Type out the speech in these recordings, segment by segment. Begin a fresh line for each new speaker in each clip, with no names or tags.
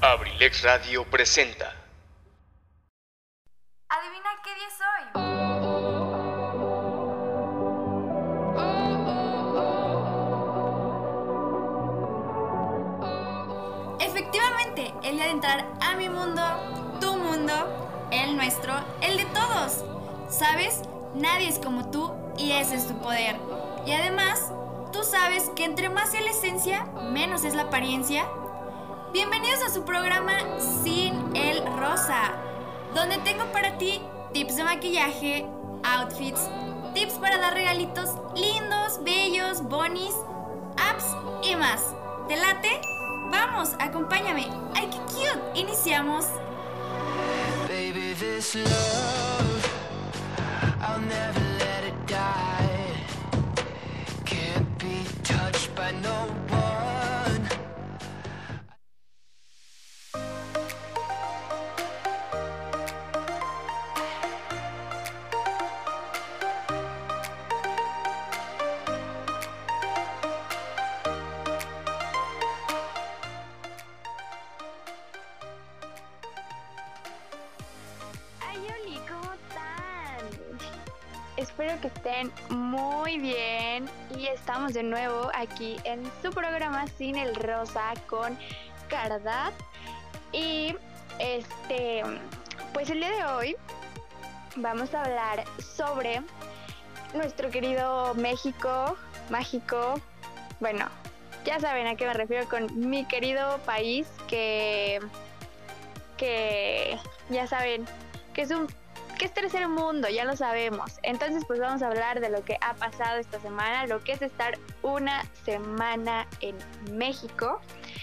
Abrilex Radio presenta.
¿Adivina qué día es hoy? Efectivamente, el día de entrar a mi mundo, tu mundo, el nuestro, el de todos. ¿Sabes? Nadie es como tú y ese es tu poder. Y además, tú sabes que entre más sea la esencia, menos es la apariencia. Bienvenidos a su programa Sin el Rosa, donde tengo para ti tips de maquillaje, outfits, tips para dar regalitos lindos, bellos, bonis, apps y más. ¿Te late? Vamos, acompáñame. ¡Ay, qué cute! Iniciamos.
Baby, this love, I'll never let it die. Can't be touched by no one.
Espero que estén muy bien y estamos de nuevo aquí en su programa Sin el Rosa con Cardad. Y pues el día de hoy vamos a hablar sobre nuestro querido México mágico. Bueno, ya saben a qué me refiero con mi querido país que ya saben que es tercer mundo, ya lo sabemos. Entonces pues vamos a hablar de lo que ha pasado esta semana, lo que es estar una semana en México.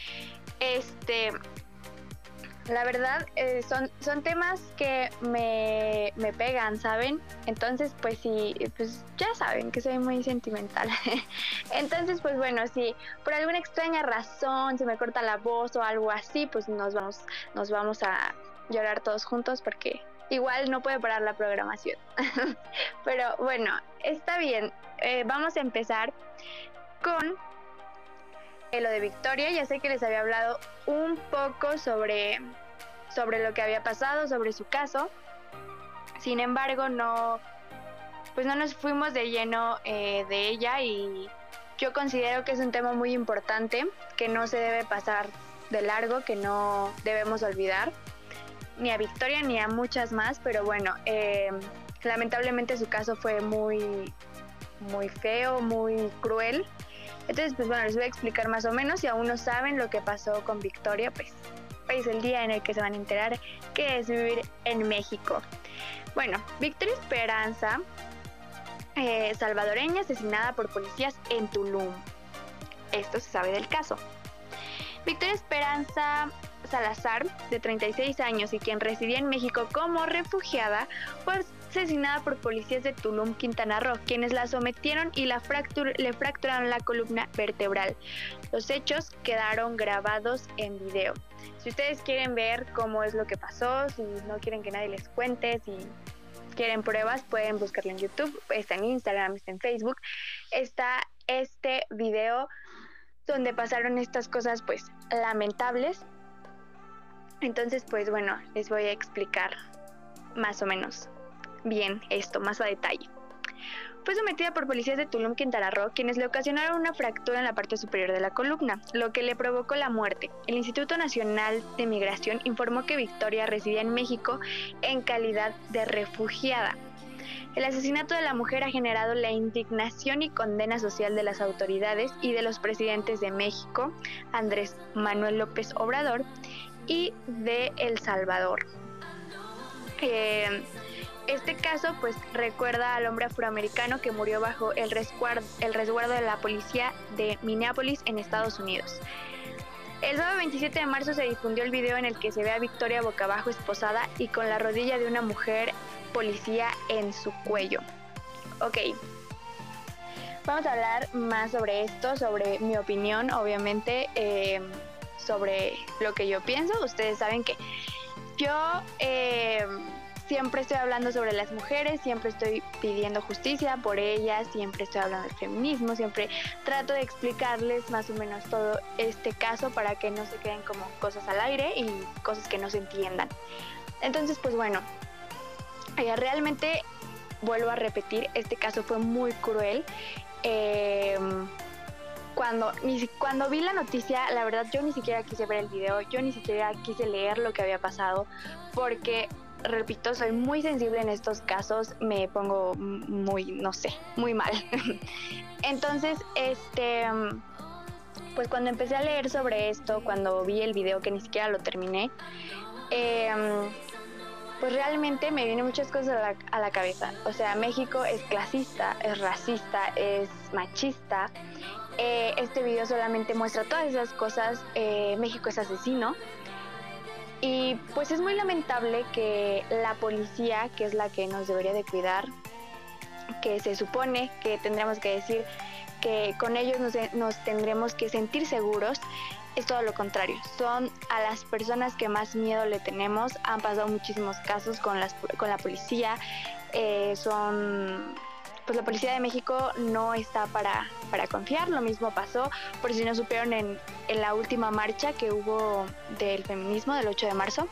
La verdad son temas que me pegan, ¿saben? Entonces pues sí, pues ya saben que soy muy sentimental. Entonces pues bueno, si por alguna extraña razón se me corta la voz o algo así, pues nos vamos a llorar todos juntos porque igual no puede parar la programación. Pero bueno, está bien. Vamos a empezar con lo de Victoria. Ya sé que les había hablado un poco sobre lo que había pasado, sobre su caso. Sin embargo, no nos fuimos de lleno de ella, y yo considero que es un tema muy importante que no se debe pasar de largo, que no debemos olvidar, ni a Victoria ni a muchas más. Pero bueno, lamentablemente su caso fue muy, muy feo, muy cruel. Entonces pues bueno, les voy a explicar más o menos. Si aún no saben lo que pasó con Victoria, pues hoy es el día en el que se van a enterar qué es vivir en México. Bueno, Victoria Esperanza, salvadoreña, asesinada por policías en Tulum. Esto se sabe del caso. Victoria Esperanza Salazar, de 36 años y quien residía en México como refugiada, fue asesinada por policías de Tulum, Quintana Roo, quienes la sometieron y le fracturaron la columna vertebral. Los hechos quedaron grabados en video. Si ustedes quieren ver cómo es lo que pasó, si no quieren que nadie les cuente, si quieren pruebas, pueden buscarlo en YouTube, está en Instagram, está en Facebook, está este video donde pasaron estas cosas pues lamentables. Entonces pues bueno, les voy a explicar más o menos bien esto, más a detalle. Fue sometida por policías de Tulum, Quintana Roo, quienes le ocasionaron una fractura en la parte superior de la columna, lo que le provocó la muerte. El Instituto Nacional de Migración informó que Victoria residía en México en calidad de refugiada. El asesinato de la mujer ha generado la indignación y condena social de las autoridades y de los presidentes de México, Andrés Manuel López Obrador, y de El Salvador. Este caso pues recuerda al hombre afroamericano que murió bajo el resguardo de la policía de Minneapolis en Estados Unidos. El sábado 27 de marzo se difundió el video en el que se ve a Victoria boca abajo esposada y con la rodilla de una mujer policía en su cuello. Ok, vamos a hablar más sobre esto, sobre mi opinión, obviamente, sobre lo que yo pienso. Ustedes saben que yo siempre estoy hablando sobre las mujeres, siempre estoy pidiendo justicia por ellas, siempre estoy hablando del feminismo, siempre trato de explicarles más o menos todo este caso para que no se queden como cosas al aire y cosas que no se entiendan. Entonces, pues bueno, realmente vuelvo a repetir, este caso fue muy cruel. Cuando vi la noticia, la verdad yo ni siquiera quise ver el video, yo ni siquiera quise leer lo que había pasado, porque, repito, soy muy sensible en estos casos, me pongo muy mal. Entonces, pues cuando empecé a leer sobre esto, cuando vi el video, que ni siquiera lo terminé, pues realmente me vienen muchas cosas a la cabeza. O sea, México es clasista, es racista, es machista. Este video solamente muestra todas esas cosas. México es asesino. Y pues es muy lamentable que la policía, que es la que nos debería de cuidar, que se supone que tendríamos que decir que con ellos nos tendremos que sentir seguros, es todo lo contrario. Son a las personas que más miedo le tenemos. Han pasado muchísimos casos con la policía. Pues la policía de México no está para confiar. Lo mismo pasó, por si no supieron, en la última marcha que hubo del feminismo del 8 de marzo.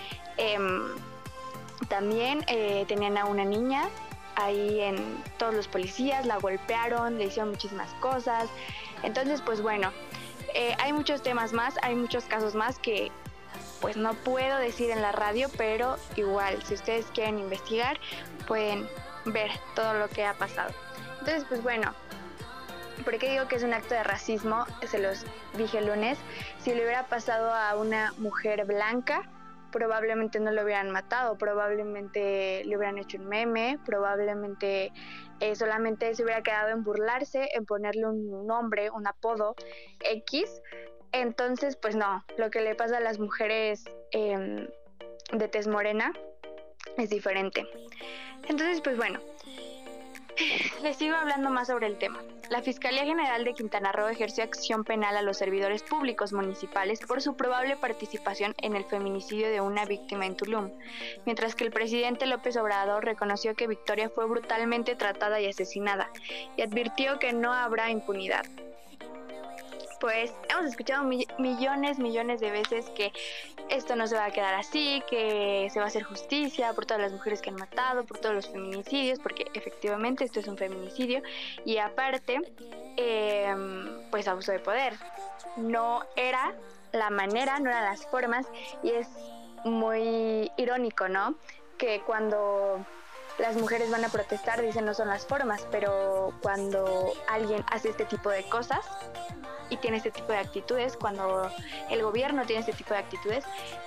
También tenían a una niña ahí en todos los policías, la golpearon, le hicieron muchísimas cosas. Entonces, pues bueno, hay muchos temas más, hay muchos casos más que pues no puedo decir en la radio, pero igual, si ustedes quieren investigar, pueden ver todo lo que ha pasado. Entonces, pues bueno, ¿por qué digo que es un acto de racismo? Se los dije el lunes. Si le hubiera pasado a una mujer blanca, probablemente no lo hubieran matado, probablemente le hubieran hecho un meme, probablemente solamente se hubiera quedado en burlarse, en ponerle un nombre, un apodo X. Entonces, pues no, lo que le pasa a las mujeres de tez morena es diferente. Entonces, pues bueno, les sigo hablando más sobre el tema. La Fiscalía General de Quintana Roo ejerció acción penal a los servidores públicos municipales por su probable participación en el feminicidio de una víctima en Tulum, mientras que el presidente López Obrador reconoció que Victoria fue brutalmente tratada y asesinada, y advirtió que no habrá impunidad. Pues hemos escuchado millones de veces que esto no se va a quedar así, que se va a hacer justicia por todas las mujeres que han matado, por todos los feminicidios, porque efectivamente esto es un feminicidio, y aparte, pues abuso de poder. No era la manera, no eran las formas, y es muy irónico, ¿no? Que cuando las mujeres van a protestar dicen no son las formas, pero cuando alguien hace este tipo de cosas y tiene este tipo de actitudes, cuando el gobierno tiene este tipo de actitudes,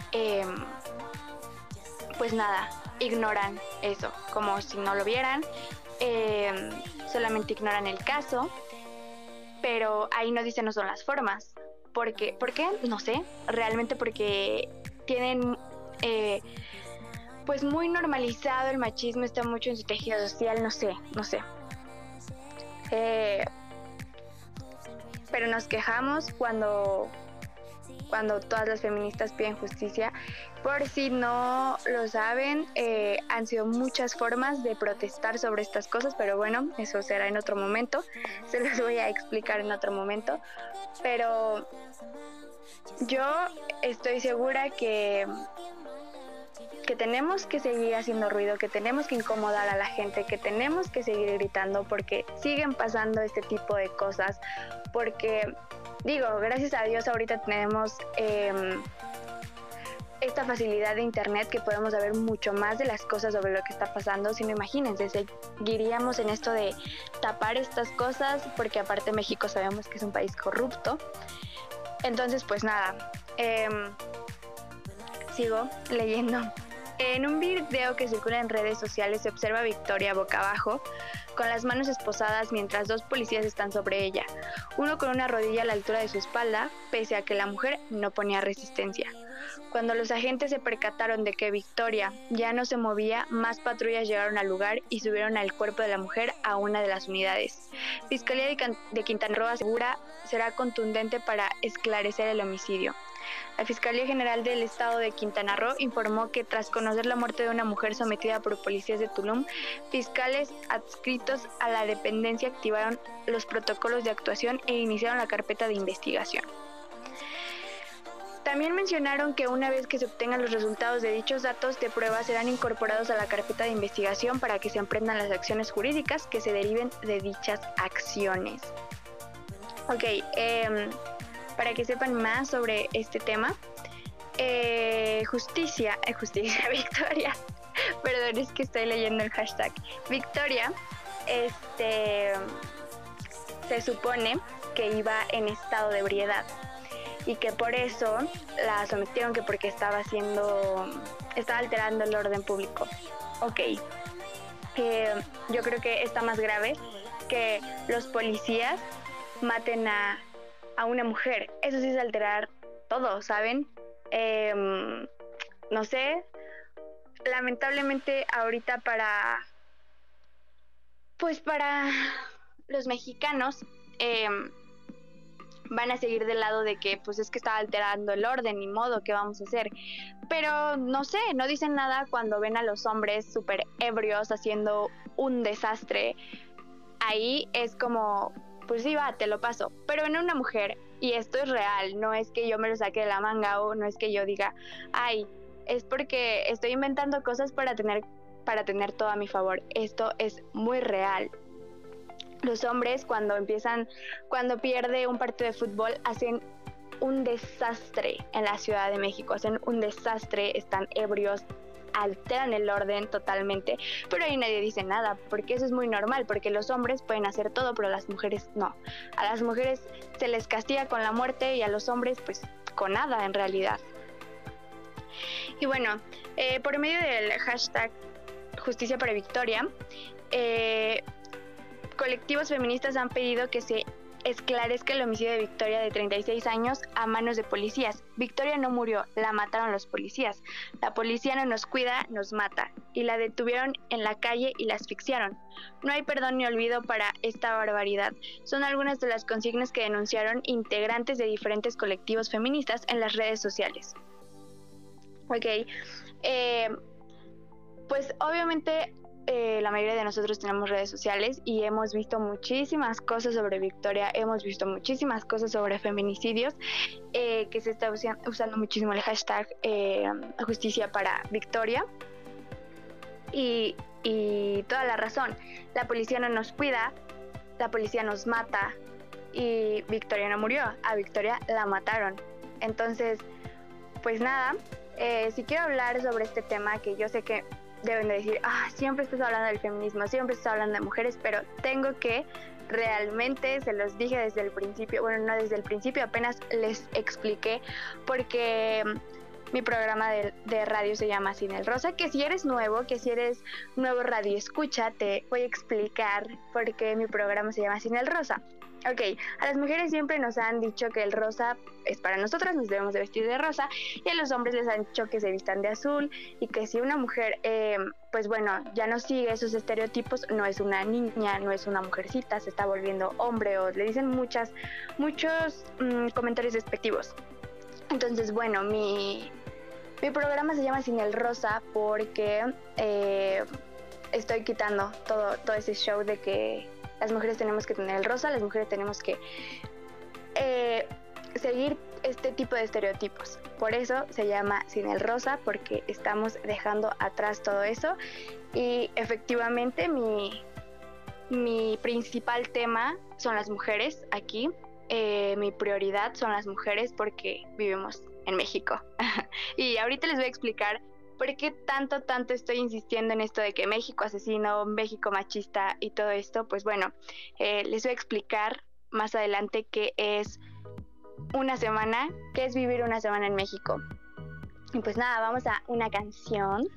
pues nada, ignoran eso, como si no lo vieran, solamente ignoran el caso, pero ahí no dicen no son las formas. ¿Por qué? No sé, realmente porque tienen pues muy normalizado el machismo, está mucho en su tejido social, no sé. Pero nos quejamos cuando todas las feministas piden justicia. Por si no lo saben, han sido muchas formas de protestar sobre estas cosas, pero bueno, eso será en otro momento, se los voy a explicar en otro momento. Pero yo estoy segura que tenemos que seguir haciendo ruido, que tenemos que incomodar a la gente, que tenemos que seguir gritando porque siguen pasando este tipo de cosas, porque digo, gracias a Dios ahorita tenemos esta facilidad de internet que podemos saber mucho más de las cosas sobre lo que está pasando. Si no, imagínense, seguiríamos en esto de tapar estas cosas, porque aparte México sabemos que es un país corrupto. Entonces, pues nada, sigo leyendo. En un video que circula en redes sociales se observa a Victoria boca abajo, con las manos esposadas mientras dos policías están sobre ella, uno con una rodilla a la altura de su espalda, pese a que la mujer no ponía resistencia. Cuando los agentes se percataron de que Victoria ya no se movía, más patrullas llegaron al lugar y subieron al cuerpo de la mujer a una de las unidades. Fiscalía de Quintana Roo asegura será contundente para esclarecer el homicidio. La Fiscalía General del Estado de Quintana Roo informó que tras conocer la muerte de una mujer sometida por policías de Tulum, fiscales adscritos a la dependencia activaron los protocolos de actuación e iniciaron la carpeta de investigación. También mencionaron que una vez que se obtengan los resultados de dichos datos de prueba serán incorporados a la carpeta de investigación para que se emprendan las acciones jurídicas que se deriven de dichas acciones. Ok, para que sepan más sobre este tema, justicia Victoria, perdón, es que estoy leyendo el hashtag, Victoria, se supone que iba en estado de ebriedad y que por eso la sometieron, que porque estaba alterando el orden público. Ok, yo creo que está más grave que los policías maten a una mujer. Eso sí es alterar todo, ¿saben? No sé, lamentablemente ahorita para los mexicanos van a seguir del lado de que pues es que está alterando el orden, ni modo, ¿qué vamos a hacer? Pero no sé, no dicen nada cuando ven a los hombres súper ebrios haciendo un desastre. Ahí es como, pues sí, va, te lo paso. Pero ven a una mujer, y esto es real, no es que yo me lo saque de la manga o no es que yo diga, ay, es porque estoy inventando cosas para tener todo a mi favor. Esto es muy real. Los hombres cuando pierde un partido de fútbol, hacen un desastre en la Ciudad de México, hacen un desastre, están ebrios, alteran el orden totalmente, pero ahí nadie dice nada, porque eso es muy normal, porque los hombres pueden hacer todo, pero las mujeres no. A las mujeres se les castiga con la muerte y a los hombres pues con nada en realidad. Y bueno, por medio del hashtag Justicia para Victoria, colectivos feministas han pedido que se esclarezca el homicidio de Victoria de 36 años a manos de policías. Victoria no murió, la mataron los policías. La policía no nos cuida, nos mata. Y la detuvieron en la calle y la asfixiaron. No hay perdón ni olvido para esta barbaridad. Son algunas de las consignas que denunciaron integrantes de diferentes colectivos feministas en las redes sociales. Ok, pues obviamente la mayoría de nosotros tenemos redes sociales y hemos visto muchísimas cosas sobre Victoria, hemos visto muchísimas cosas sobre feminicidios, que se está usando muchísimo el hashtag Justicia para Victoria y toda la razón. La policía no nos cuida, la policía nos mata y Victoria no murió, a Victoria la mataron. Entonces, pues nada, si quiero hablar sobre este tema, que yo sé que deben de decir, siempre estás hablando del feminismo, siempre estás hablando de mujeres, pero tengo que realmente, se los dije desde el principio, bueno, no desde el principio, apenas les expliqué, porque mi programa de radio se llama Sin el Rosa, que si eres nuevo radio escucha, te voy a explicar por qué mi programa se llama Sin el Rosa. Ok, a las mujeres siempre nos han dicho que el rosa es para nosotras, nos debemos de vestir de rosa, y a los hombres les han dicho que se vistan de azul, y que si una mujer, pues bueno, ya no sigue esos estereotipos, no es una niña, no es una mujercita, se está volviendo hombre, o le dicen muchos comentarios despectivos. Entonces, bueno, mi programa se llama Sin el Rosa porque estoy quitando todo ese show de que las mujeres tenemos que tener el rosa, las mujeres tenemos que seguir este tipo de estereotipos. Por eso se llama Sin el Rosa, porque estamos dejando atrás todo eso. Y efectivamente mi principal tema son las mujeres aquí. Mi prioridad son las mujeres porque vivimos en México. Y ahorita les voy a explicar por qué tanto estoy insistiendo en esto de que México asesino, México machista y todo esto. Pues bueno, les voy a explicar más adelante qué es vivir una semana en México. Y pues nada, vamos a una canción.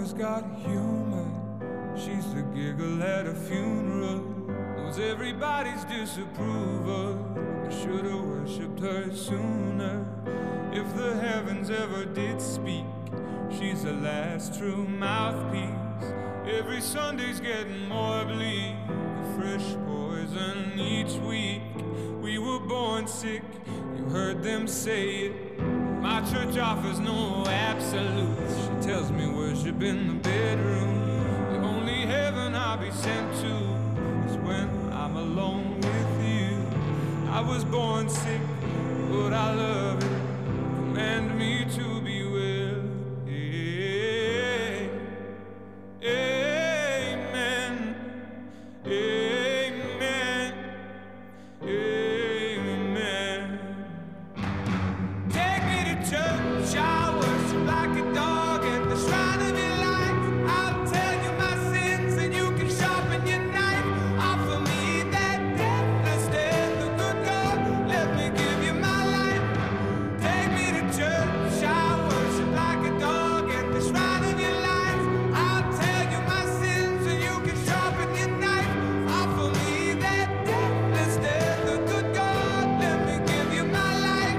daughter's got humor. She's the giggle at a funeral, knows everybody's disapproval. I should've worshipped her sooner. If the heavens ever did speak, she's the last true mouthpiece. Every Sunday's getting more bleak, a fresh poison each week. We were born sick, you heard them say it. My church offers no absolutes. She tells me worship in the bedroom. The only heaven I'll be sent to is when I'm alone with you. I was born sick, but I love it. Command me to be well. Amen. Amen. Amen. Take me to church, I worship like a dog at the shrine of your life. I'll tell you my sins and you can sharpen your knife. Offer me that deathless death, the good God, let me give you my life. Take me to church, I worship like a dog at the shrine of your life. I'll tell you my sins and you can sharpen your knife. Offer me that deathless death, the good God, let me give you my life.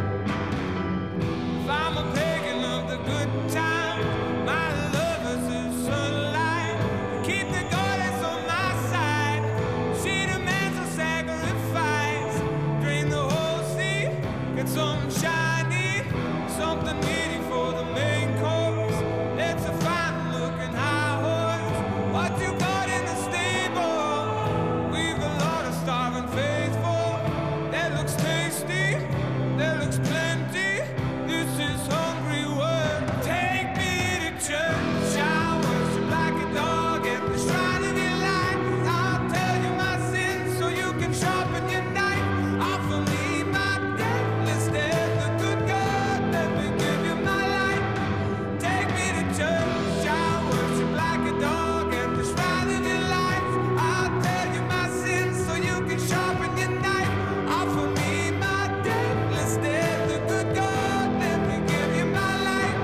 If I'm a pagan of the good time, my love is the sunlight. Keep the goddess on my side. She demands a sacrifice. Drain the whole sea, get something shiny, something meaty for the main course. It's a fine looking high horse. What you got in the stable? We've a lot of starving faithful. That looks tasty, that looks plenty. This is hungry work. Take me to church, I worship like a dog at the shrine of your life. I'll tell you my sins so you can sharpen your knife. Offer me my deathless death, the good God, let me give you my life. Take me to church, I worship like a dog at the shrine of your life. I'll tell you my sins so you can sharpen your knife. Offer me my deathless death, the good God, let me give you my life.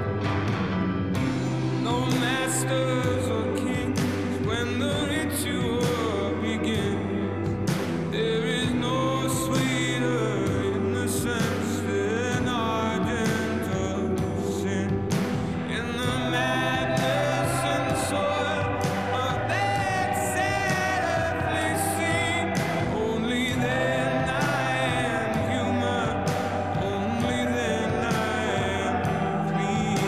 No masters or kings when the ritual begins. There is no sweeter innocence than our gentle sin. In the madness and soil of that sad earthly scene, only then I am human, only then I am clean.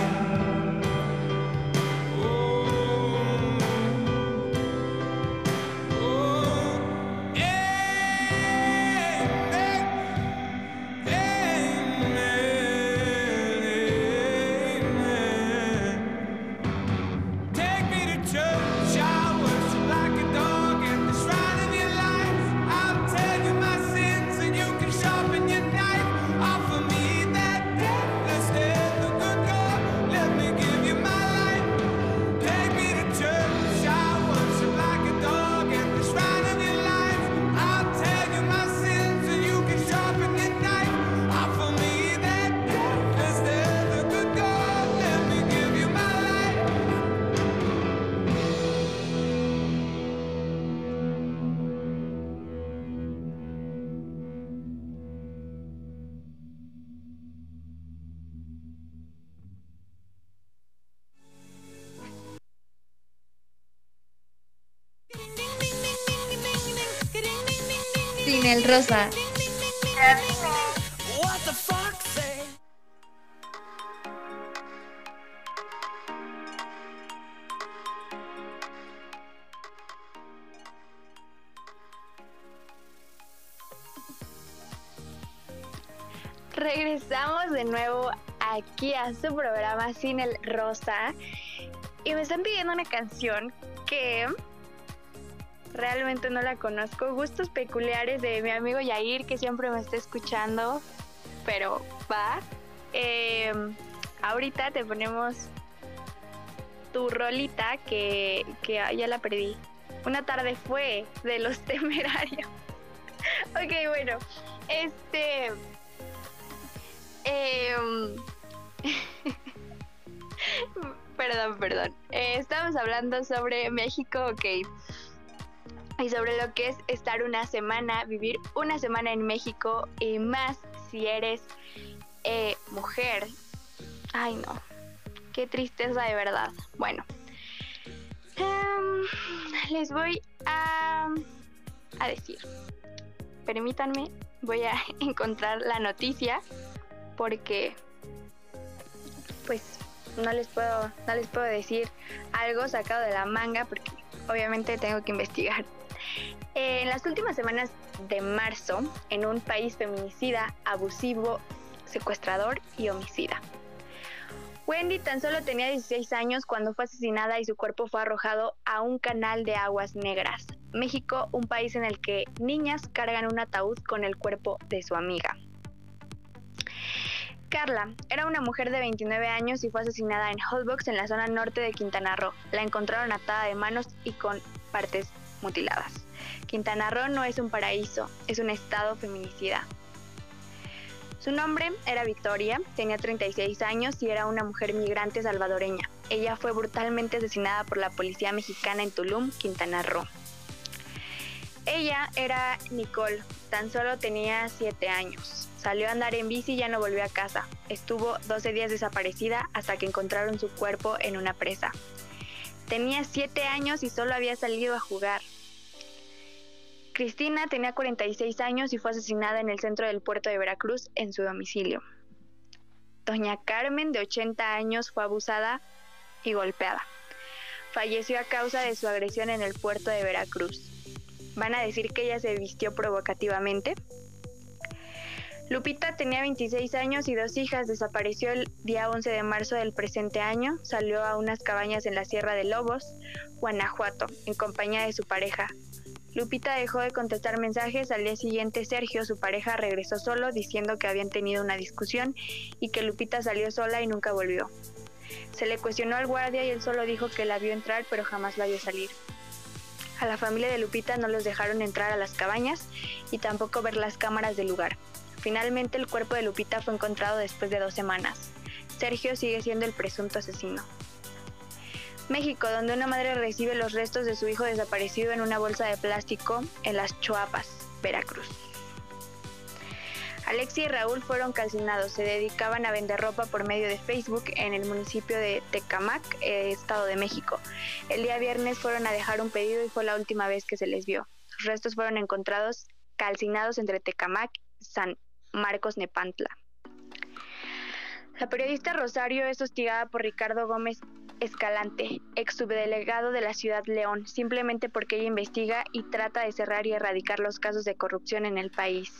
Oh, amen. Take me to church, I worship like a dog at the shrine of your life. I'll tell you my sins and you can sharpen your knife. Offer me that deathless death, the good God, let me give you my life. Take me to church, I worship like a dog at the shrine of your life. I'll tell you my sins and you can sharpen your knife. Offer me that deathless death, the good God, let me give you my life.
Sin el rosa.
What the fuck say?
Regresamos de nuevo aquí a su programa Sin el Rosa y me están pidiendo una canción que realmente no la conozco. Gustos peculiares de mi amigo Yair, que siempre me está escuchando, pero va. Ahorita te ponemos tu rolita que ya la perdí. Una tarde fue de Los Temerarios. Ok, bueno, Perdón. Estamos hablando sobre México, ok. Y sobre lo que es estar una semana, vivir una semana en México, y más si eres mujer. Ay, no. Qué tristeza, de verdad. Bueno. Les voy a decir. Permítanme, voy a encontrar la noticia porque pues no les puedo decir algo sacado de la manga porque obviamente tengo que investigar. En las últimas semanas de marzo, en un país feminicida, abusivo, secuestrador y homicida. Wendy tan solo tenía 16 años cuando fue asesinada y su cuerpo fue arrojado a un canal de aguas negras. México, un país en el que niñas cargan un ataúd con el cuerpo de su amiga. Carla era una mujer de 29 años y fue asesinada en Holbox, en la zona norte de Quintana Roo. La encontraron atada de manos y con partes mutiladas. Quintana Roo no es un paraíso, es un estado feminicida. Su nombre era Victoria, tenía 36 años y era una mujer migrante salvadoreña. Ella fue brutalmente asesinada por la policía mexicana en Tulum, Quintana Roo. Ella era Nicole, tan solo tenía 7 años. Salió a andar en bici y ya no volvió a casa. Estuvo 12 días desaparecida hasta que encontraron su cuerpo en una presa. Tenía 7 años y solo había salido a jugar. Cristina tenía 46 años y fue asesinada en el centro del puerto de Veracruz, en su domicilio. Doña Carmen, de 80 años, fue abusada y golpeada. Falleció a causa de su agresión en el puerto de Veracruz. ¿Van a decir que ella se vistió provocativamente? Lupita tenía 26 años y 2 hijas. Desapareció el día 11 de marzo del presente año. Salió a unas cabañas en la Sierra de Lobos, Guanajuato, en compañía de su pareja. Lupita dejó de contestar mensajes. Al día siguiente, Sergio, su pareja, regresó solo diciendo que habían tenido una discusión y que Lupita salió sola y nunca volvió. Se le cuestionó al guardia y él solo dijo que la vio entrar pero jamás la vio salir. A la familia de Lupita no los dejaron entrar a las cabañas y tampoco ver las cámaras del lugar. Finalmente, el cuerpo de Lupita fue encontrado después de 2 semanas. Sergio sigue siendo el presunto asesino. México, donde una madre recibe los restos de su hijo desaparecido en una bolsa de plástico en Las Choapas, Veracruz. Alexia y Raúl fueron calcinados. Se dedicaban a vender ropa por medio de Facebook en el municipio de Tecámac, Estado de México. El día viernes fueron a dejar un pedido y fue la última vez que se les vio. Sus restos fueron encontrados calcinados entre Tecámac y San Marcos Nepantla. La periodista Rosario es hostigada por Ricardo Gómez Escalante, ex subdelegado de la Ciudad León, simplemente porque ella investiga y trata de cerrar y erradicar los casos de corrupción en el país.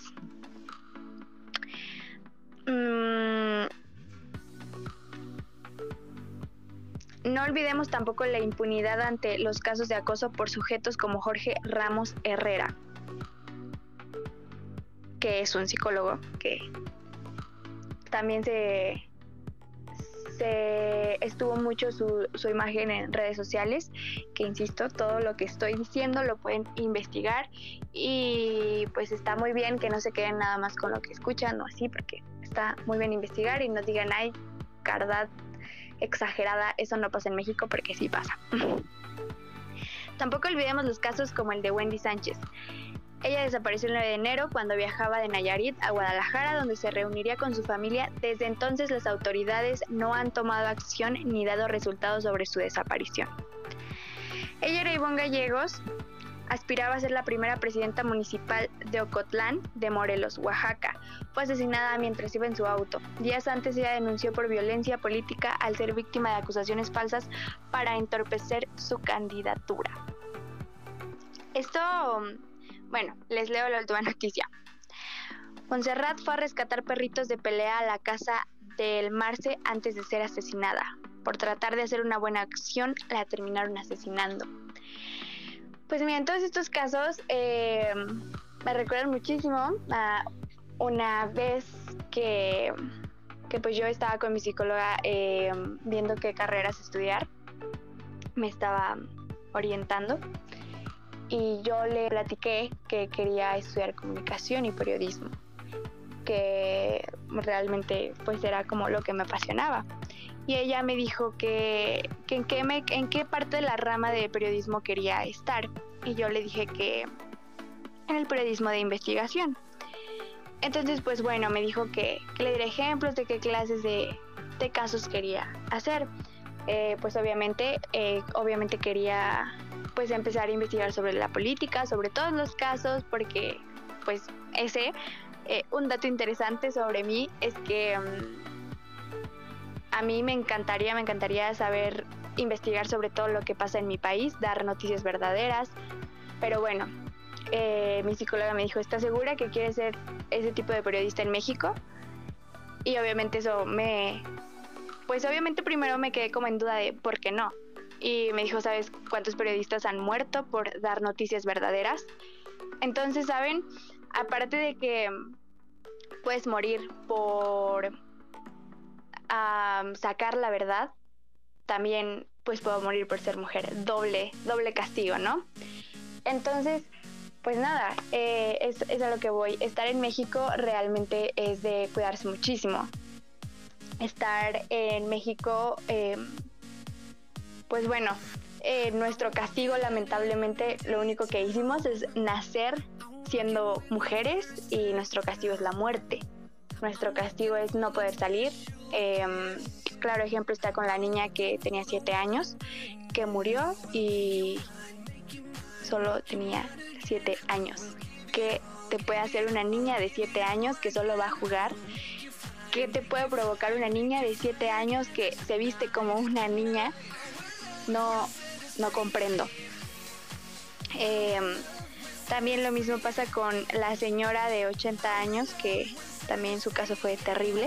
No olvidemos tampoco la impunidad ante los casos de acoso por sujetos como Jorge Ramos Herrera, que es un psicólogo que también se estuvo mucho su imagen en redes sociales, que insisto, todo lo que estoy diciendo lo pueden investigar y pues está muy bien que no se queden nada más con lo que escuchan o así, porque está muy bien investigar y no digan, ay, verdad exagerada, eso no pasa en México, porque sí pasa. Tampoco olvidemos los casos como el de Wendy Sánchez. Ella desapareció el 9 de enero cuando viajaba de Nayarit a Guadalajara, donde se reuniría con su familia. Desde entonces las autoridades no han tomado acción ni dado resultados sobre su desaparición. Ella era Ivonne Gallegos, aspiraba a ser la primera presidenta municipal de Ocotlán, de Morelos, Oaxaca. Fue asesinada mientras iba en su auto. Días antes ella denunció por violencia política al ser víctima de acusaciones falsas para entorpecer su candidatura. Bueno, les leo la última noticia. Montserrat fue a rescatar perritos de pelea a la casa del Marce antes de ser asesinada. Por tratar de hacer una buena acción, la terminaron asesinando. Pues miren, todos estos casos me recuerdan muchísimo a una vez que pues yo estaba con mi psicóloga viendo qué carreras estudiar. Me estaba orientando. Y yo le platiqué que quería estudiar comunicación y periodismo, que realmente pues era como lo que me apasionaba. y ella me dijo que en qué parte de la rama de periodismo quería estar, y yo le dije que en el periodismo de investigación. Entonces, pues bueno, me dijo que le diera ejemplos de qué clases de casos quería hacer. Pues obviamente quería pues empezar a investigar sobre la política, sobre todos los casos, porque pues un dato interesante sobre mí es que a mí me encantaría saber investigar sobre todo lo que pasa en mi país, dar noticias verdaderas, pero bueno, mi psicóloga me dijo, ¿estás segura que quieres ser ese tipo de periodista en México? Y obviamente pues obviamente primero me quedé como en duda de por qué no. Y me dijo, ¿sabes cuántos periodistas han muerto por dar noticias verdaderas? Entonces, ¿saben? Aparte de que puedes morir por sacar la verdad, también pues puedo morir por ser mujer. Doble castigo, ¿no? Entonces, pues nada, es a lo que voy. Estar en México realmente es de cuidarse muchísimo. Estar en México, pues bueno, nuestro castigo lamentablemente lo único que hicimos es nacer siendo mujeres y nuestro castigo es la muerte. Nuestro castigo es no poder salir. Claro ejemplo está con la niña que tenía 7 años, que murió y solo tenía 7 años. ¿Qué te puede hacer una niña de 7 años que solo va a jugar? ¿Qué te puede provocar una niña de 7 años que se viste como una niña? No comprendo. También lo mismo pasa con la señora de 80 años, que también su caso fue terrible.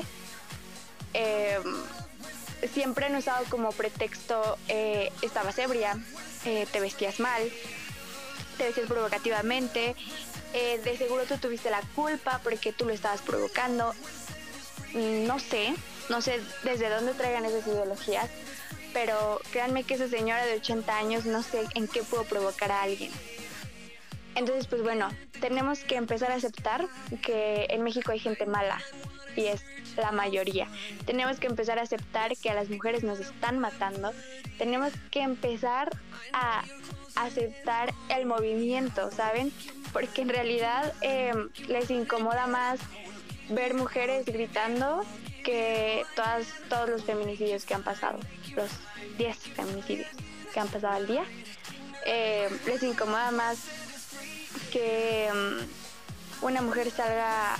Siempre han usado como pretexto, estabas ebria, te vestías mal, te vestías provocativamente, de seguro tú tuviste la culpa porque tú lo estabas provocando. No sé desde dónde traigan esas ideologías, pero créanme que esa señora de 80 años no sé en qué pudo provocar a alguien. Entonces, pues bueno, tenemos que empezar a aceptar que en México hay gente mala, y es la mayoría. Tenemos que empezar a aceptar que a las mujeres nos están matando. Tenemos que empezar a aceptar el movimiento, ¿saben? Porque en realidad les incomoda más ver mujeres gritando que todos los feminicidios que han pasado, los 10 feminicidios que han pasado al día. Les incomoda más que una mujer salga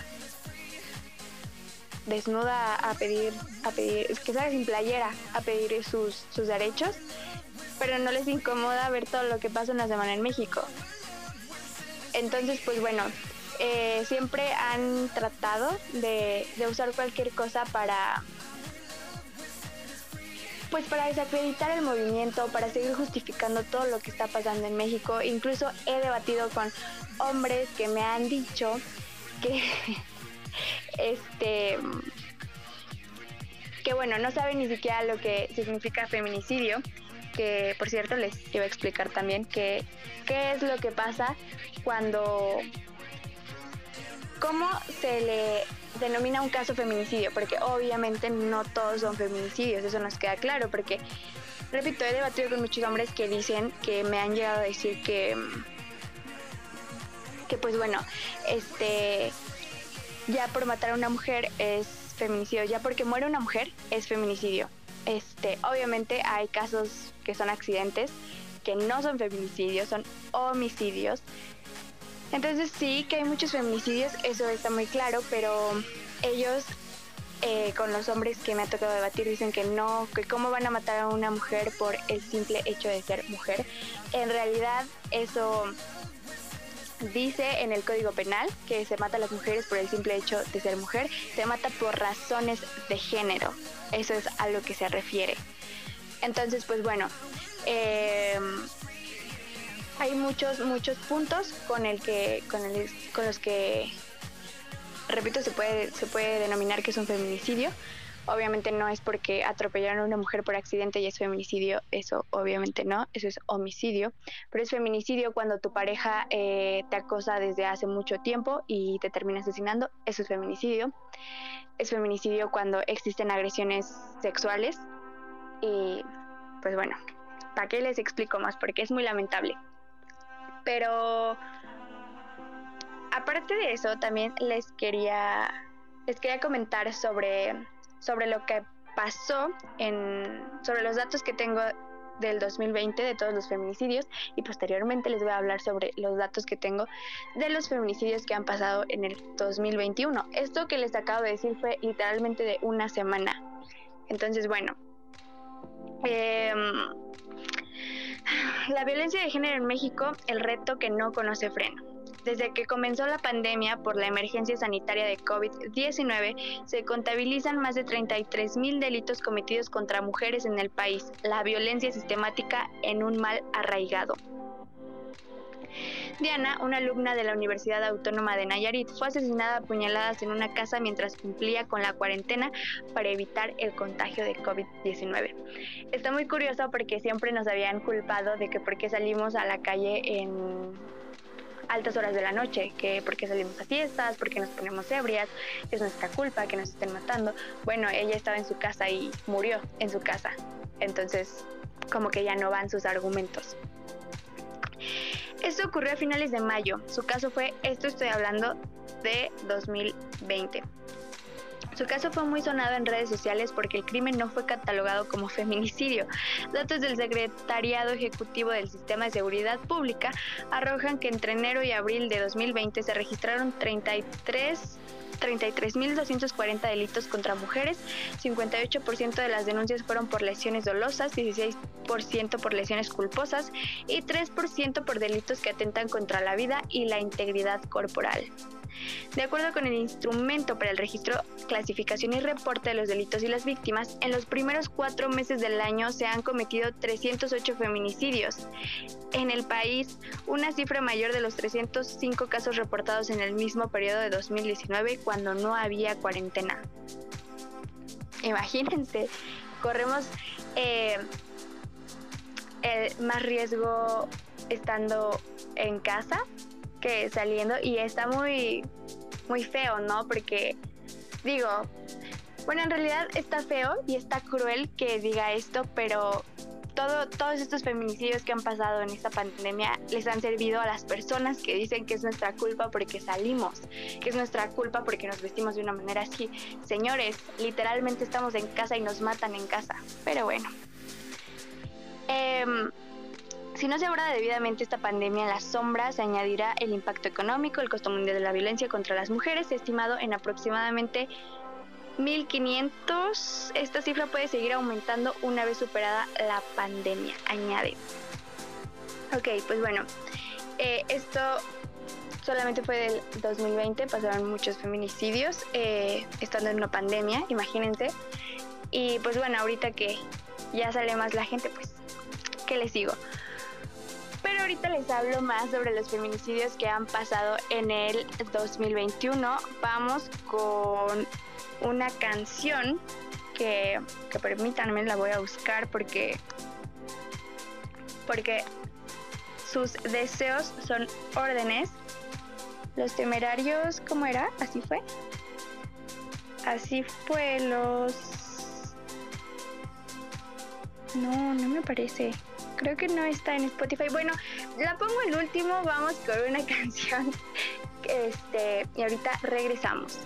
desnuda a pedir, que salga sin playera a pedir sus derechos, pero no les incomoda ver todo lo que pasa una semana en México. Entonces, pues bueno, siempre han tratado de usar cualquier cosa para desacreditar el movimiento, para seguir justificando todo lo que está pasando en México. Incluso he debatido con hombres que me han dicho que que bueno, no saben ni siquiera lo que significa feminicidio, que por cierto les iba a explicar también qué es lo que pasa cómo se le denomina un caso feminicidio, porque obviamente no todos son feminicidios, eso nos queda claro, porque repito, he debatido con muchos hombres que dicen, que me han llegado a decir que pues bueno, ya por matar a una mujer es feminicidio, ya porque muere una mujer es feminicidio. Obviamente hay casos que son accidentes, que no son feminicidios, son homicidios. Entonces sí que hay muchos feminicidios, eso está muy claro, pero ellos con los hombres que me ha tocado debatir dicen que no, que cómo van a matar a una mujer por el simple hecho de ser mujer. En realidad eso dice en el Código Penal que se mata a las mujeres por el simple hecho de ser mujer, se mata por razones de género, eso es a lo que se refiere. Entonces, pues bueno, hay muchos puntos con los que, repito, se puede denominar que es un feminicidio. Obviamente no es porque atropellaron a una mujer por accidente y es feminicidio, eso obviamente no, eso es homicidio, pero es feminicidio cuando tu pareja te acosa desde hace mucho tiempo y te termina asesinando, eso es feminicidio. Es feminicidio cuando existen agresiones sexuales, Y pues bueno, ¿para qué les explico más? Porque es muy lamentable. Pero aparte de eso, también les quería comentar sobre lo que pasó sobre los datos que tengo del 2020 de todos los feminicidios, y posteriormente les voy a hablar sobre los datos que tengo de los feminicidios que han pasado en el 2021. Esto que les acabo de decir fue literalmente de una semana. Entonces, bueno, la violencia de género en México, el reto que no conoce freno. Desde que comenzó la pandemia por la emergencia sanitaria de COVID-19, se contabilizan más de 33,000 delitos cometidos contra mujeres en el país. La violencia sistemática en un mal arraigado. Diana, una alumna de la Universidad Autónoma de Nayarit, fue asesinada a puñaladas en una casa mientras cumplía con la cuarentena para evitar el contagio de COVID-19. Está muy curioso porque siempre nos habían culpado de que por qué salimos a la calle en altas horas de la noche, que por qué salimos a fiestas, por qué nos ponemos ebrias, es nuestra culpa que nos estén matando. Bueno, ella estaba en su casa y murió en su casa, entonces como que ya no van sus argumentos. Esto ocurrió a finales de mayo. Su caso estoy hablando de 2020. Su caso fue muy sonado en redes sociales porque el crimen no fue catalogado como feminicidio. Datos del Secretariado Ejecutivo del Sistema de Seguridad Pública arrojan que entre enero y abril de 2020 se registraron 33,240 delitos contra mujeres, 58% de las denuncias fueron por lesiones dolosas, 16% por lesiones culposas y 3% por delitos que atentan contra la vida y la integridad corporal. De acuerdo con el Instrumento para el Registro, Clasificación y Reporte de los Delitos y las Víctimas, en los primeros 4 meses del año se han cometido 308 feminicidios. En el país, una cifra mayor de los 305 casos reportados en el mismo periodo de 2019, cuando no había cuarentena. Imagínense, corremos más riesgo estando en casa que saliendo, y está muy, muy feo, ¿no? Porque digo, bueno, en realidad está feo y está cruel que diga esto, pero todos estos feminicidios que han pasado en esta pandemia les han servido a las personas que dicen que es nuestra culpa porque salimos, que es nuestra culpa porque nos vestimos de una manera así. Señores, literalmente estamos en casa y nos matan en casa. Pero bueno, si no se aborda debidamente esta pandemia, en la sombra se añadirá el impacto económico. El costo mundial de la violencia contra las mujeres, estimado en aproximadamente 1.500. Esta cifra puede seguir aumentando una vez superada la pandemia, añade. Ok, pues bueno, esto solamente fue del 2020, pasaron muchos feminicidios estando en una pandemia, imagínense. Y pues bueno, ahorita que ya sale más la gente, pues, ¿qué les digo? Pero ahorita les hablo más sobre los feminicidios que han pasado en el 2021. Vamos con una canción que permítanme, la voy a buscar porque sus deseos son órdenes. Los Temerarios, ¿cómo era? ¿Así fue? Así fue No me parece. Creo que no está en Spotify. Bueno, la pongo el último. Vamos con una canción. Y ahorita regresamos.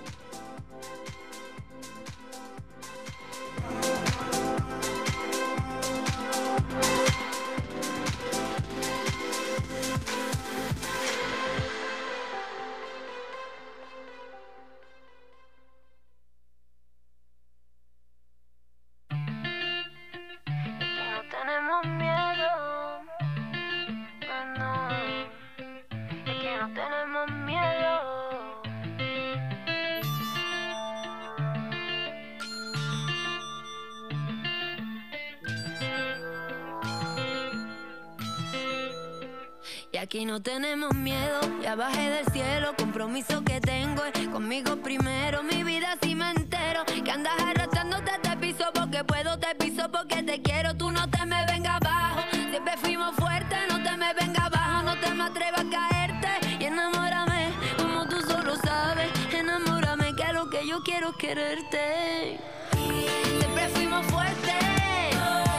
Aquí no tenemos miedo, ya bajé del cielo, compromiso que tengo es conmigo primero, mi vida si me entero, que andas arrastrándote te piso porque puedo, te piso porque te quiero, tú no te me vengas abajo, siempre fuimos fuertes, no te me vengas abajo, no te me atrevas a caerte y enamórame, como tú solo sabes, enamórame que lo que yo quiero es quererte, siempre fuimos fuertes.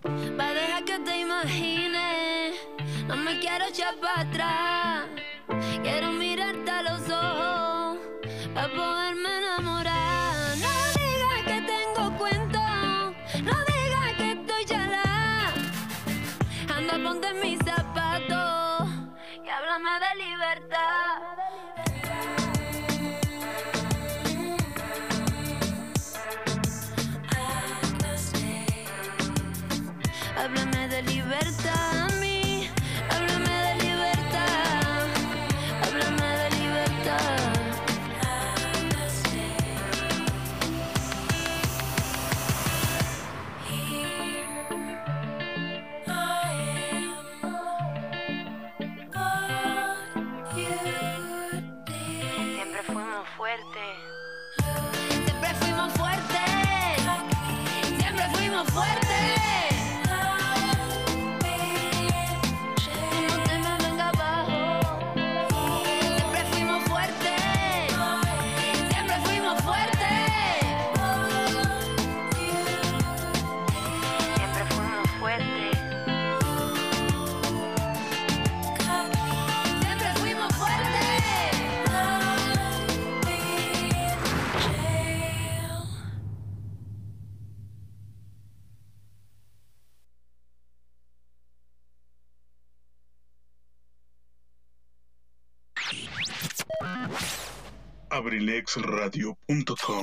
Va a dejar que te imagines. No me quiero echar para atrás. Quiero mirarte a los ojos para poderme enamorar. No digas que tengo cuento. No digas que estoy chalada. Anda, ponte en mis zapatos y háblame de libertad. Háblame de libertad a mí, háblame de libertad, háblame de libertad. Siempre fuimos fuertes. Siempre fuimos fuertes. Siempre fuimos fuertes.
abrilexradio.com.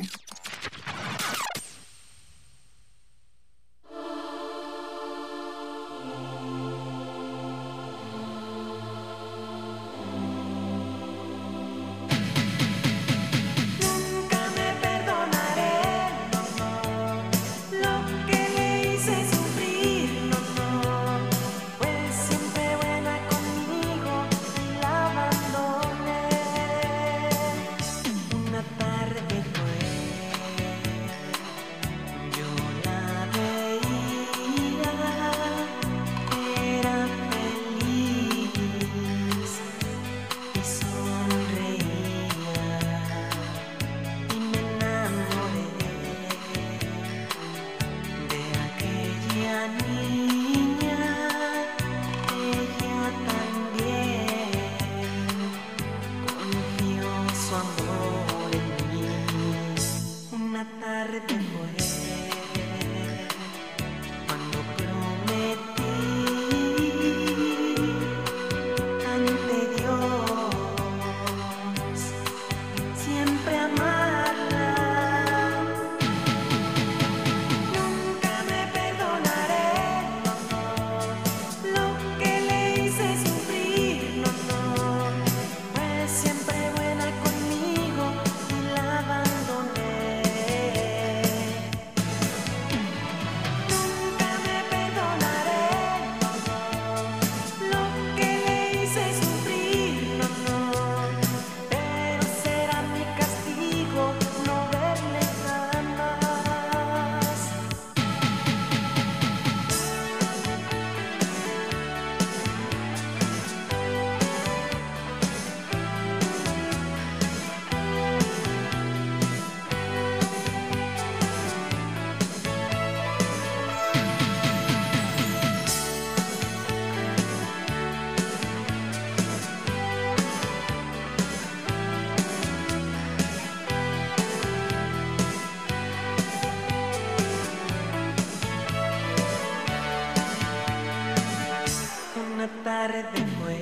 tarde fue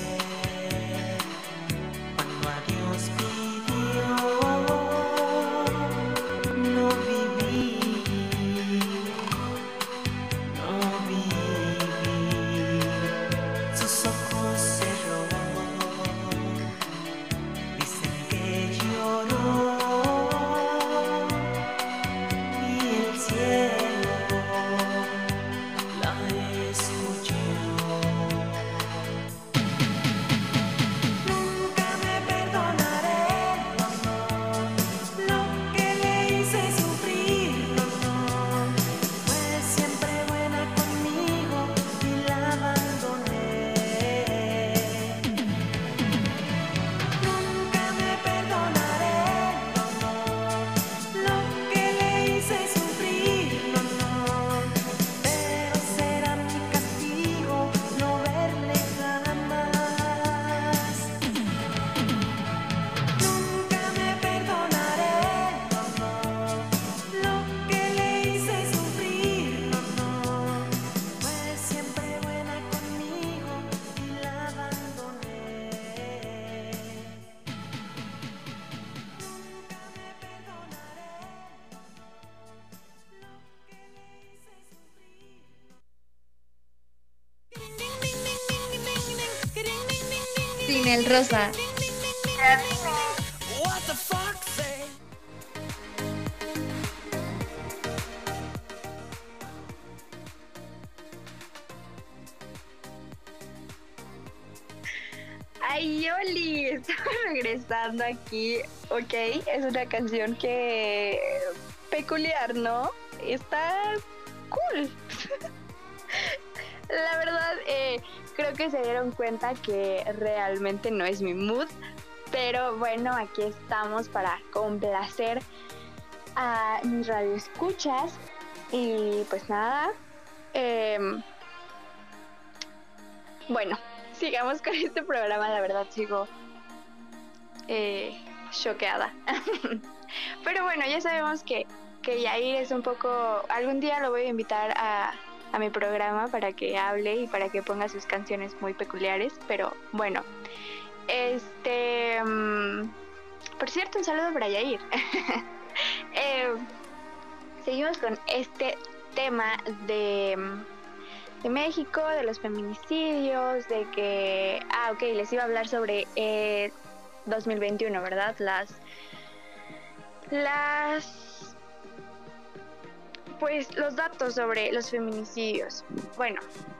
cuando a Dios pidió, no viví, no viví, sus ojos cerró, dicen que lloró y el cielo la escuchó.
sin el rosa.
What the fuck say?
Ay, Oli, estamos regresando aquí. Ok, es una canción que peculiar, ¿no? Está cool. La verdad, creo que se dieron cuenta que realmente no es mi mood, pero bueno, aquí estamos para complacer a mis radioescuchas y pues nada, bueno, sigamos con este programa. La verdad sigo choqueada. Pero bueno, ya sabemos que Yair es un poco... Algún día lo voy a invitar a mi programa para que hable y para que ponga sus canciones muy peculiares. Pero bueno, por cierto, un saludo para Yair. Seguimos con este tema de México, de los feminicidios, de que... ok, les iba a hablar sobre 2021, ¿verdad? Pues los datos sobre los feminicidios. Bueno,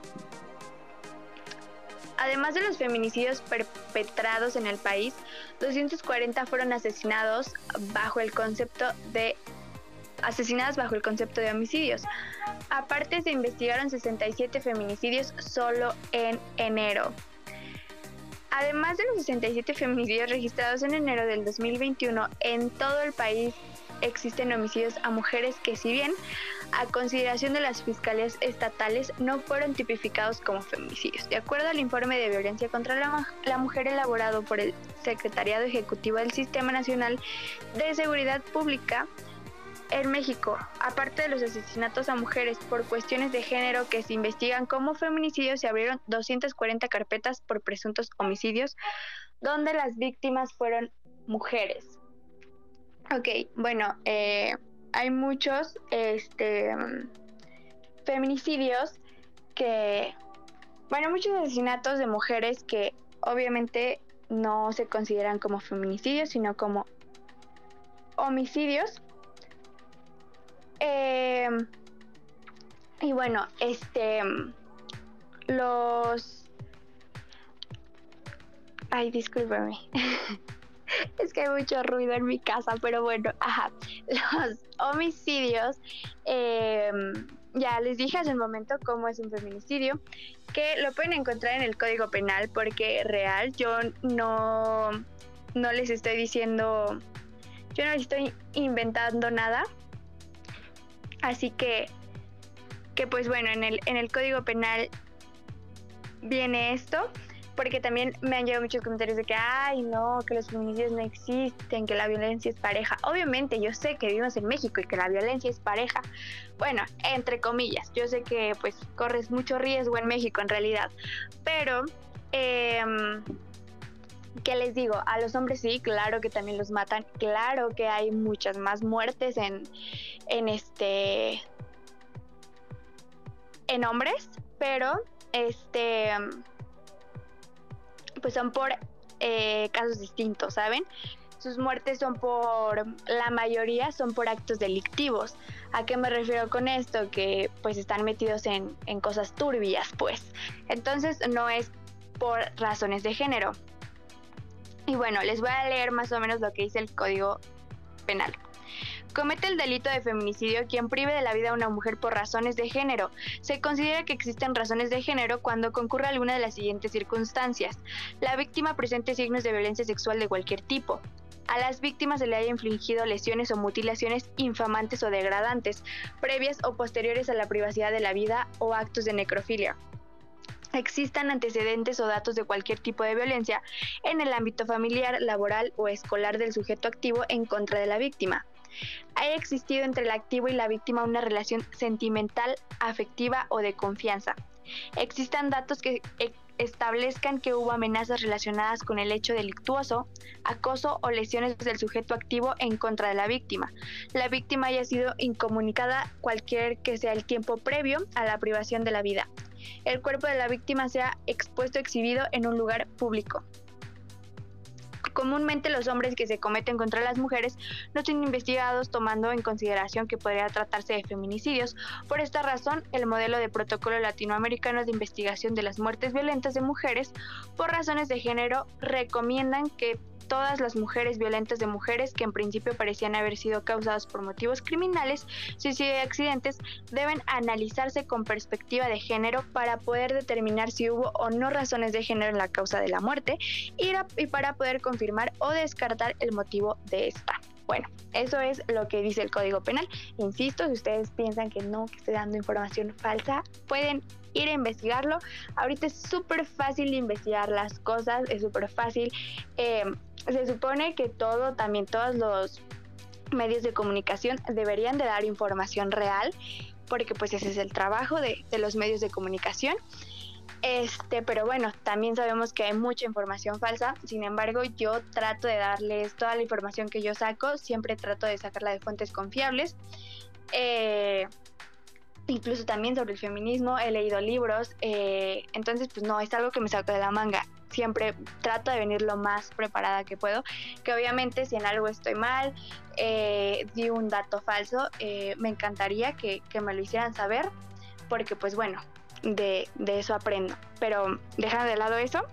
además de los feminicidios perpetrados en el país, 240 fueron asesinadas bajo el concepto de homicidios. Aparte, se investigaron 67 feminicidios solo en enero. Además de los 67 feminicidios registrados en enero del 2021, en todo el país existen homicidios a mujeres que, si bien a consideración de las fiscalías estatales, no fueron tipificados como feminicidios. De acuerdo al informe de violencia contra la mujer elaborado por el Secretariado Ejecutivo del Sistema Nacional de Seguridad Pública, en México, aparte de los asesinatos a mujeres por cuestiones de género que se investigan como feminicidios, se abrieron 240 carpetas por presuntos homicidios, donde las víctimas fueron mujeres. Ok, bueno, hay muchos feminicidios muchos asesinatos de mujeres que obviamente no se consideran como feminicidios, sino como homicidios. Y bueno, Ay, discúlpame. Es que hay mucho ruido en mi casa, pero bueno, los homicidios, ya les dije hace un momento cómo es un feminicidio, que lo pueden encontrar en el Código Penal, porque real, yo no les estoy diciendo, yo no les estoy inventando nada. Así que pues bueno, en el Código Penal viene esto, porque también me han llegado muchos comentarios de que, ay, no, que los feminicidios no existen, que la violencia es pareja. Obviamente, yo sé que vivimos en México y que la violencia es pareja. Bueno, entre comillas, yo sé que pues corres mucho riesgo en México en realidad, pero... ¿qué les digo? A los hombres sí, claro que también los matan, claro que hay muchas más muertes en hombres, pero pues son por casos distintos, ¿saben? Sus muertes la mayoría son por actos delictivos. ¿A qué me refiero con esto? Que pues están metidos en cosas turbias, pues. Entonces no es por razones de género. Y bueno, les voy a leer más o menos lo que dice el Código Penal. Comete el delito de feminicidio quien prive de la vida a una mujer por razones de género. Se considera que existen razones de género cuando concurre alguna de las siguientes circunstancias. La víctima presente signos de violencia sexual de cualquier tipo. A las víctimas se le haya infligido lesiones o mutilaciones infamantes o degradantes, previas o posteriores a la privacidad de la vida o actos de necrofilia. Existan antecedentes o datos de cualquier tipo de violencia en el ámbito familiar, laboral o escolar del sujeto activo en contra de la víctima. Haya existido entre el activo y la víctima una relación sentimental, afectiva o de confianza. Existan datos que establezcan que hubo amenazas relacionadas con el hecho delictuoso, acoso o lesiones del sujeto activo en contra de la víctima. La víctima haya sido incomunicada cualquier que sea el tiempo previo a la privación de la vida. El cuerpo de la víctima sea expuesto o exhibido en un lugar público. Comúnmente los hombres que se cometen contra las mujeres no son investigados tomando en consideración que podría tratarse de feminicidios. Por esta razón, el modelo de protocolo latinoamericano de investigación de las muertes violentas de mujeres por razones de género recomiendan que todas las mujeres violentas de mujeres que en principio parecían haber sido causadas por motivos criminales, suicidio y accidentes, deben analizarse con perspectiva de género para poder determinar si hubo o no razones de género en la causa de la muerte y para poder confirmar o descartar el motivo de esta. Bueno, eso es lo que dice el Código Penal. Insisto, si ustedes piensan que no, que estoy dando información falsa, pueden ir a investigarlo. Ahorita es súper fácil de investigar las cosas, es súper fácil. Se supone que todos los medios de comunicación deberían de dar información real, porque pues ese es el trabajo de los medios de comunicación. Pero bueno, también sabemos que hay mucha información falsa. Sin embargo, yo trato de darles toda la información que yo saco, siempre trato de sacarla de fuentes confiables. Incluso también sobre el feminismo he leído libros, entonces pues no, es algo que me saco de la manga. Siempre trato de venir lo más preparada que puedo, que obviamente si en algo estoy mal, di un dato falso, me encantaría que me lo hicieran saber, porque pues bueno, de eso aprendo. Pero dejando de lado eso,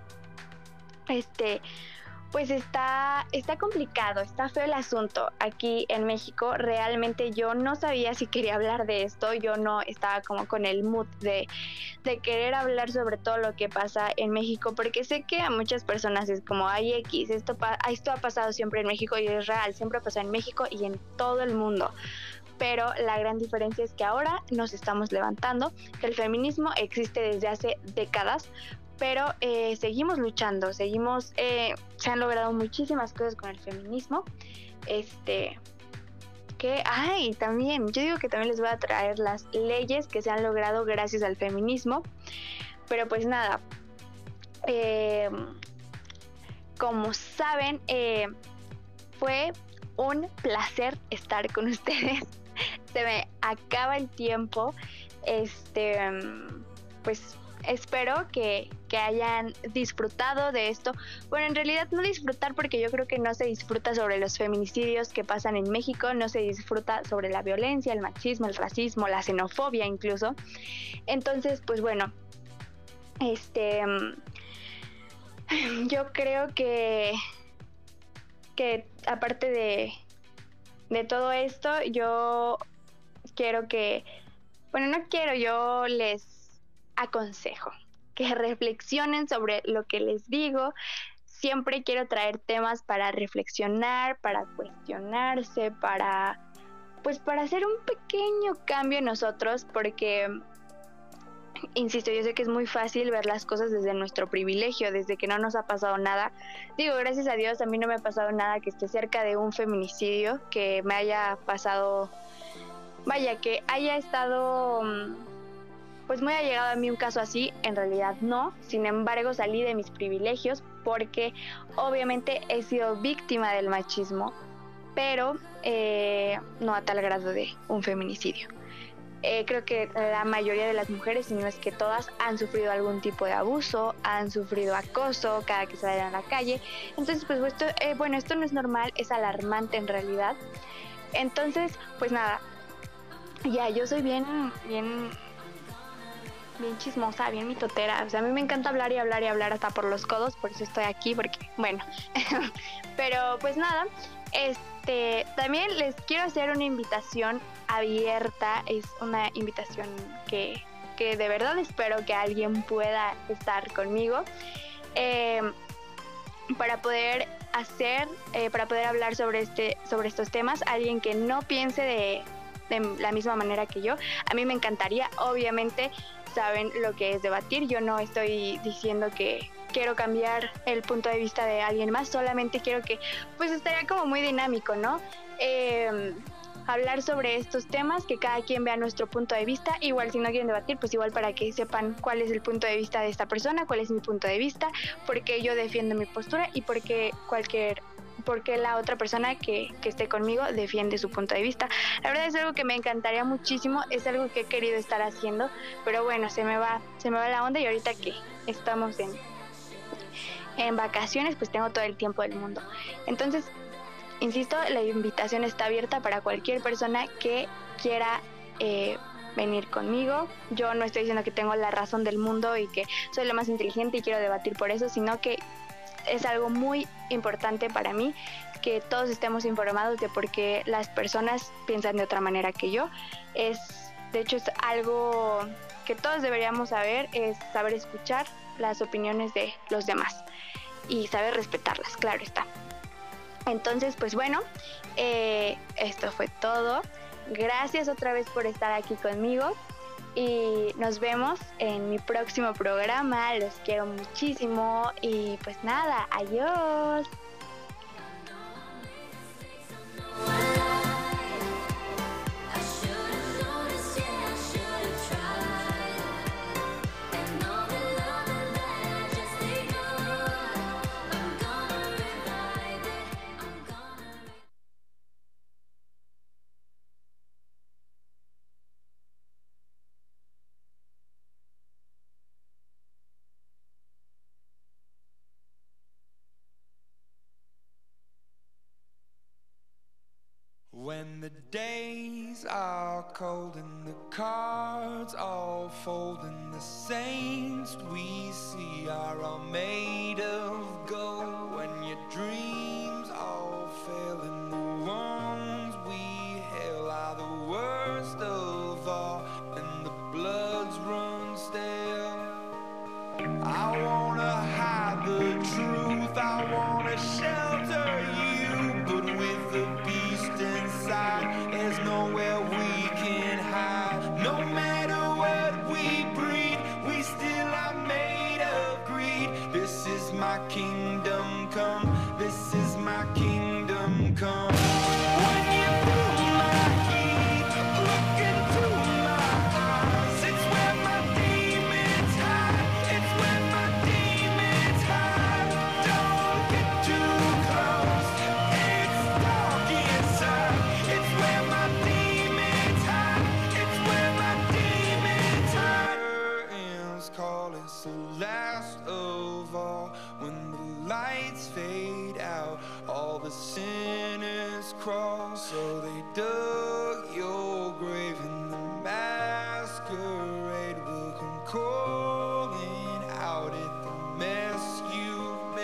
pues está complicado, está feo el asunto aquí en México. Realmente yo no sabía si quería hablar de esto, yo no estaba como con el mood de querer hablar sobre todo lo que pasa en México, porque sé que a muchas personas es como, ay, X, esto ha pasado siempre en México, y es real, siempre ha pasado en México y en todo el mundo. Pero la gran diferencia es que ahora nos estamos levantando, que el feminismo existe desde hace décadas, pero seguimos luchando, se han logrado muchísimas cosas con el feminismo. También, yo digo que también les voy a traer las leyes que se han logrado gracias al feminismo. Pero pues nada, como saben, fue un placer estar con ustedes. Se me acaba el tiempo. Pues espero que hayan disfrutado de esto. Bueno, en realidad no disfrutar, porque yo creo que no se disfruta sobre los feminicidios que pasan en México, no se disfruta sobre la violencia, el machismo, el racismo, la xenofobia incluso. Entonces, pues bueno, yo creo que aparte de todo esto, yo les aconsejo que reflexionen sobre lo que les digo. Siempre quiero traer temas para reflexionar, para cuestionarse, para hacer un pequeño cambio en nosotros, porque, insisto, yo sé que es muy fácil ver las cosas desde nuestro privilegio, desde que no nos ha pasado nada. Digo, gracias a Dios, a mí no me ha pasado nada que esté cerca de un feminicidio, que me haya pasado, que haya estado pues muy allegado a mí un caso así. En realidad no. Sin embargo, salí de mis privilegios porque obviamente he sido víctima del machismo, pero no a tal grado de un feminicidio. Creo que la mayoría de las mujeres, si no es que todas, han sufrido algún tipo de abuso, han sufrido acoso cada que salen a la calle. Entonces, pues esto no es normal, es alarmante en realidad. Entonces, pues nada, ya, yo soy bien chismosa, bien mitotera. O sea, a mí me encanta hablar y hablar y hablar hasta por los codos, por eso estoy aquí, porque, bueno. Pero pues nada, también les quiero hacer una invitación abierta. Es una invitación que de verdad espero que alguien pueda estar conmigo, para poder hablar sobre estos temas. Alguien que no piense de la misma manera que yo. A mí me encantaría, obviamente, saben lo que es debatir. Yo no estoy diciendo que quiero cambiar el punto de vista de alguien más, solamente quiero que, pues estaría como muy dinámico, ¿no? Hablar sobre estos temas, que cada quien vea nuestro punto de vista. Igual si no quieren debatir, pues igual para que sepan cuál es el punto de vista de esta persona, cuál es mi punto de vista, porque yo defiendo mi postura y porque la otra persona que esté conmigo defiende su punto de vista. La verdad es algo que me encantaría muchísimo, es algo que he querido estar haciendo, pero bueno, se me va la onda, y ahorita que estamos en vacaciones pues tengo todo el tiempo del mundo. Entonces, insisto, la invitación está abierta para cualquier persona que quiera venir conmigo. Yo no estoy diciendo que tengo la razón del mundo y que soy la más inteligente y quiero debatir por eso, sino que es algo muy importante para mí que todos estemos informados de por qué las personas piensan de otra manera que yo. De hecho, es algo que todos deberíamos saber, es saber escuchar las opiniones de los demás y saber respetarlas, claro está. Entonces, pues bueno, esto fue todo. Gracias otra vez por estar aquí conmigo y nos vemos en mi próximo programa. Los quiero muchísimo y pues nada, adiós.
When the days are cold and the cards all fold and the saints we see are all made of gold, when your dreams all fail and the ones we hail are the worst of all and the bloods run stale, I wanna hide the truth, I wanna shelter you, but with the beast inside, there's nowhere we can hide. No matter what we breed, we still are made of greed. This is my kingdom come, this is my kingdom come. When you feel my heat, look into my eyes, it's where my demons hide, it's where my demons hide. Don't get too close, it's dark inside, it's where my demons hide, it's where my demons hide. Curtains call, it's the last of all. When the lights fade out, all the sinners crawl. So they dug your grave and the masquerade will come calling out at the mess you've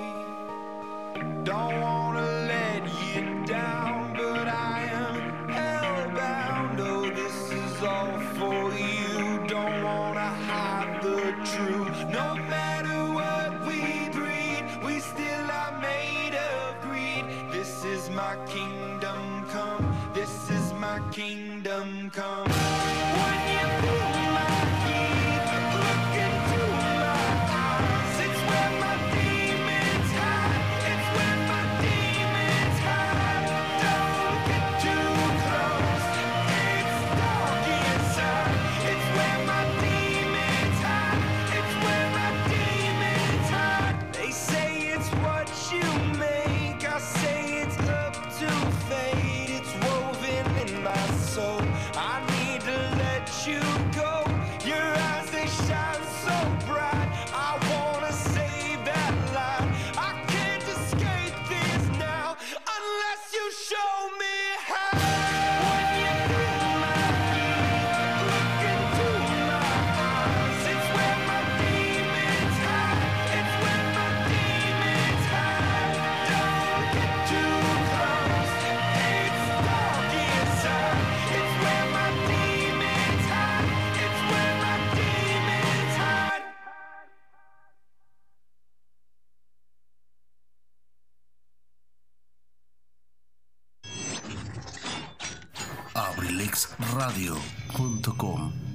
made. Don't wanna let you down, but I am hellbound. Oh, this is all for you. Don't wanna hide the truth. No matter what we breed, we still are made of greed. This is my kingdom come, this is my kingdom come. When you feel my heat, look into my eyes, it's where my demons hide, it's where my demons hide. Don't get too close, it's dark inside, it's where my demons hide, it's where my demons hide. They say it's what you make, I say it's up to fate, it's woven in my soul. I need to let you go, your eyes they shine so bright, I wanna save that light. I can't escape this now, unless you show me how. When you feel my heat, look into my eyes, it's where my demons hide, it's where my demons hide. Don't get too close, it's dark inside, it's where my demons hide, it's where my demons hide.
abrilexradio.com